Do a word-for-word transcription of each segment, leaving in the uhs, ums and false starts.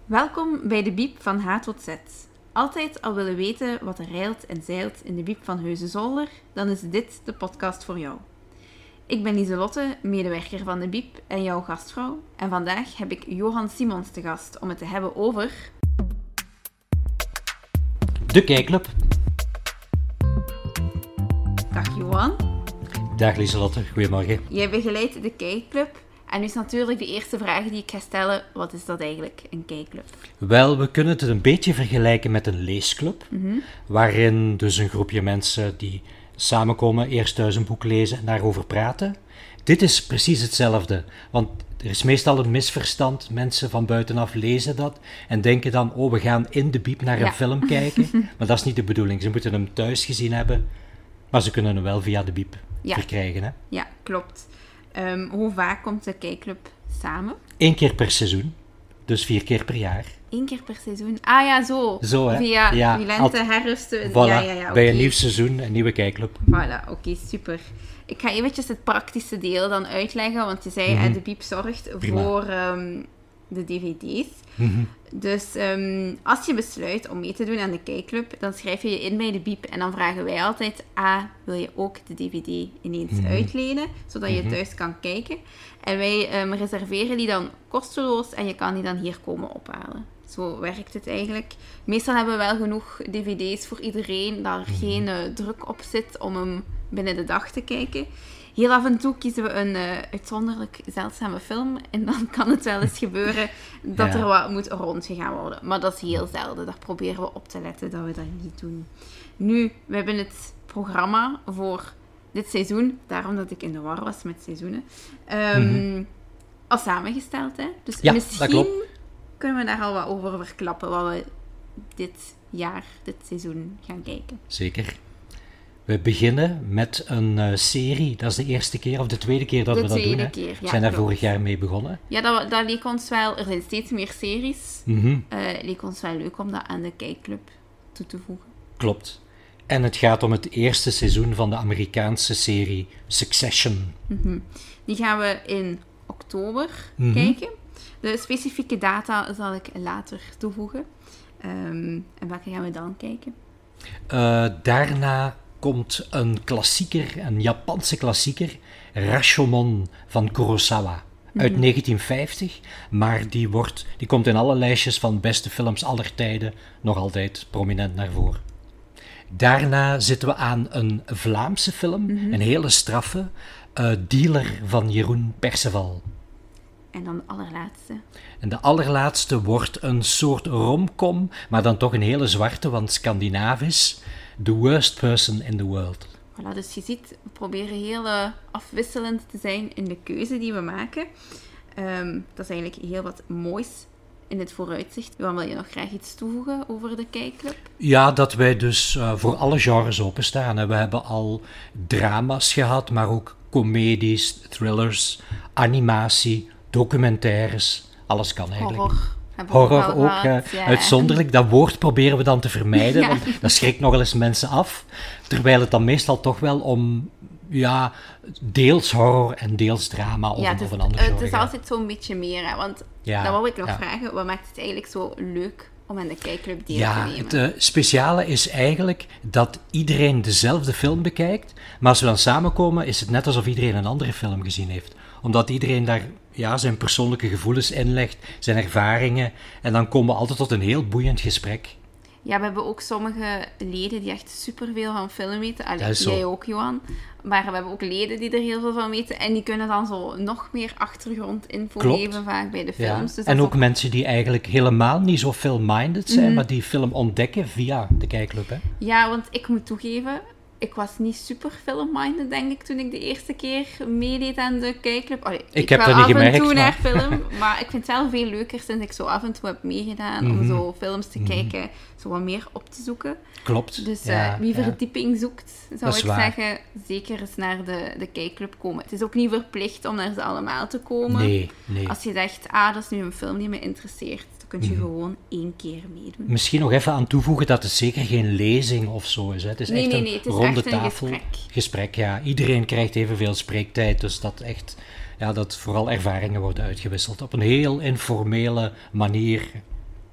Welkom bij de Biep van A tot Z. Altijd al willen weten wat er reilt en zeilt in de Biep van Heusden-Zolder, dan is dit de podcast voor jou. Ik ben Lieselotte, medewerker van de Biep en jouw gastvrouw. En vandaag heb ik Johan Simons te gast om het te hebben over... De Kijkclub. Dag Johan. Dag Lieselotte, goedemorgen. Jij begeleidt de Kijkclub. En nu is natuurlijk de eerste vraag die ik ga stellen, wat is dat eigenlijk, een kijkclub? Wel, we kunnen het een beetje vergelijken met een leesclub, Mm-hmm. waarin dus een groepje mensen die samenkomen, eerst thuis een boek lezen en daarover praten. Dit is precies hetzelfde, want er is meestal een misverstand. Mensen van buitenaf lezen dat en denken dan, oh, we gaan in de biep naar een Ja. film kijken. Maar dat is niet de bedoeling. Ze moeten hem thuis gezien hebben, maar ze kunnen hem wel via de biep Ja. verkrijgen. Hè? Ja, klopt. Um, hoe vaak komt de kijkclub samen? Eén keer per seizoen, dus vier keer per jaar. Eén keer per seizoen? Ah ja, zo. Zo, hè? Via Ja, die lente, alt- herfst. Voilà, Ja, ja, ja. bij een oké. nieuw seizoen, een nieuwe kijkclub. Voilà, oké, super. Ik ga eventjes het praktische deel dan uitleggen, want je zei, Mhm. mm de Biep zorgt Prima. voor um, de D V D's. Mhm. Dus um, als je besluit om mee te doen aan de kijkclub, dan schrijf je je in bij de Biep en dan vragen wij altijd, A, wil je ook de D V D ineens Mhm. uitlenen, zodat je Mhm. thuis kan kijken. En wij um, reserveren die dan kosteloos en je kan die dan hier komen ophalen. Zo werkt het eigenlijk. Meestal hebben we wel genoeg D V D's voor iedereen, dat er geen uh, druk op zit om hem binnen de dag te kijken. Heel af en toe kiezen we een uh, uitzonderlijk zeldzame film en dan kan het wel eens gebeuren dat Ja. er wat moet rondgegaan worden. Maar dat is heel zelden. Daar proberen we op te letten dat we dat niet doen. Nu, we hebben het programma voor dit seizoen, daarom dat ik in de war was met seizoenen, um, Mhm. al samengesteld. Hè? Dus Ja, dat misschien klopt. kunnen we daar al wat over verklappen, wat we dit jaar, dit seizoen gaan kijken. Zeker. We beginnen met een eh, serie. Dat is de eerste keer of de tweede keer dat De we dat tweede doen. Hè? keer, ja, We zijn daar klopt. vorig jaar mee begonnen. Ja, dat, dat leek ons wel... Er zijn steeds meer series. Mhm. Eh leek ons wel leuk om dat aan de kijkclub toe te voegen. Klopt. En het gaat om het eerste seizoen van de Amerikaanse serie Succession. Mhm. Die gaan we in oktober Mhm. kijken. De specifieke data zal ik later toevoegen. Um, en welke gaan we dan kijken? Uh, daarna komt een klassieker, een Japanse klassieker, Rashomon van Kurosawa. Uit Mhm. negentien vijftig, maar die, wordt, die komt in alle lijstjes van beste films aller tijden nog altijd prominent naar voren. Daarna zitten we aan een Vlaamse film, Mhm. een hele straffe, uh, Dealer van Jeroen Perceval. En dan de allerlaatste. En de allerlaatste wordt een soort romcom, maar dan toch een hele zwarte, want Scandinavisch. The Worst Person in the World. Voilà, dus je ziet, we proberen heel uh, afwisselend te zijn in de keuze die we maken. Um, dat is eigenlijk heel wat moois in het vooruitzicht. Johan, wil je nog graag iets toevoegen over de kijkclub? Ja, dat wij dus uh, voor alle genres openstaan. Hè. We hebben al drama's gehad, maar ook comedies, thrillers, animatie, documentaires. Alles kan eigenlijk. Horror. Hebben we Horror wel ook, gehad, uh, ja. uitzonderlijk. Dat woord proberen we dan te vermijden, Ja. want dat schrikt nogal eens mensen af. Terwijl het dan meestal toch wel om, ja, deels horror en deels drama of, ja, een, het is, of een ander het genre is gaat. altijd zo'n beetje meer, hè, want Ja, dat wou ik nog ja. vragen. Wat maakt het eigenlijk zo leuk om aan de kijkclub deel Ja, te nemen? het uh, speciale is eigenlijk dat iedereen dezelfde film bekijkt, maar als we dan samenkomen is het net alsof iedereen een andere film gezien heeft. Omdat iedereen daar ja, zijn persoonlijke gevoelens inlegt, zijn ervaringen, en dan komen we altijd tot een heel boeiend gesprek. Ja, we hebben ook sommige leden die echt superveel van film weten. Allee, Dat is zo. jij ook, Johan. Maar we hebben ook leden die er heel veel van weten. En die kunnen dan zo nog meer achtergrondinfo Klopt. geven vaak bij de Ja. films. Dus dat En is ook mensen die eigenlijk helemaal niet zo film-minded zijn, Mhm. maar die film ontdekken via de kijkclub. Hè? Ja, want ik moet toegeven, ik was niet super film-minded, denk ik, toen ik de eerste keer meedeed aan de kijkclub. Allee, ik heb wel dat niet af en gemerkt, toe maar- naar film, maar ik vind het wel veel leuker sinds ik zo af en toe heb meegedaan om Mhm. zo films te Mhm. kijken, zo wat meer op te zoeken. Klopt. Dus Ja, eh, wie ja. verdieping zoekt, zou Dat is ik waar. zeggen, zeker eens naar de, de kijkclub komen. Het is ook niet verplicht om naar ze allemaal te komen. Nee, nee. Als je zegt, ah, dat is nu een film die me interesseert, dan kun je Mhm. gewoon één keer meedoen. Misschien nog even aan toevoegen dat het zeker geen lezing of zo is. Hè. Het is Nee, echt nee, een nee, het is ronde echt een tafel gesprek. gesprek. Ja. Iedereen krijgt evenveel spreektijd, dus dat echt, ja, dat vooral ervaringen worden uitgewisseld op een heel informele manier.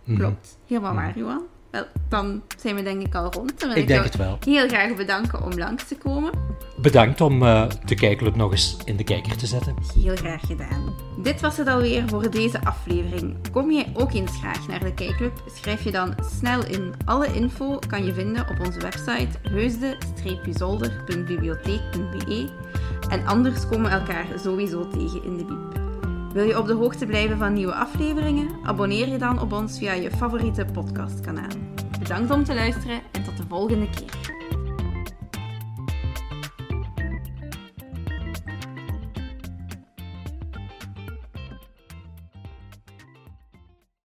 Mm-hmm. Klopt. Helemaal waar, Johan. Wel, dan zijn we denk ik al rond. Dan wil ik ik denk jou het wel. heel graag bedanken om langs te komen. Bedankt om uh, de kijkclub nog eens in de kijker te zetten. Heel graag gedaan. Dit was het alweer voor deze aflevering. Kom jij ook eens graag naar de kijkclub? Schrijf je dan snel in. Alle info kan je vinden op onze website heusde zolder punt bibliotheek punt be. En anders komen we elkaar sowieso tegen in de bieb. Wil je op de hoogte blijven van nieuwe afleveringen? Abonneer je dan op ons via je favoriete podcastkanaal. Bedankt om te luisteren en tot de volgende keer.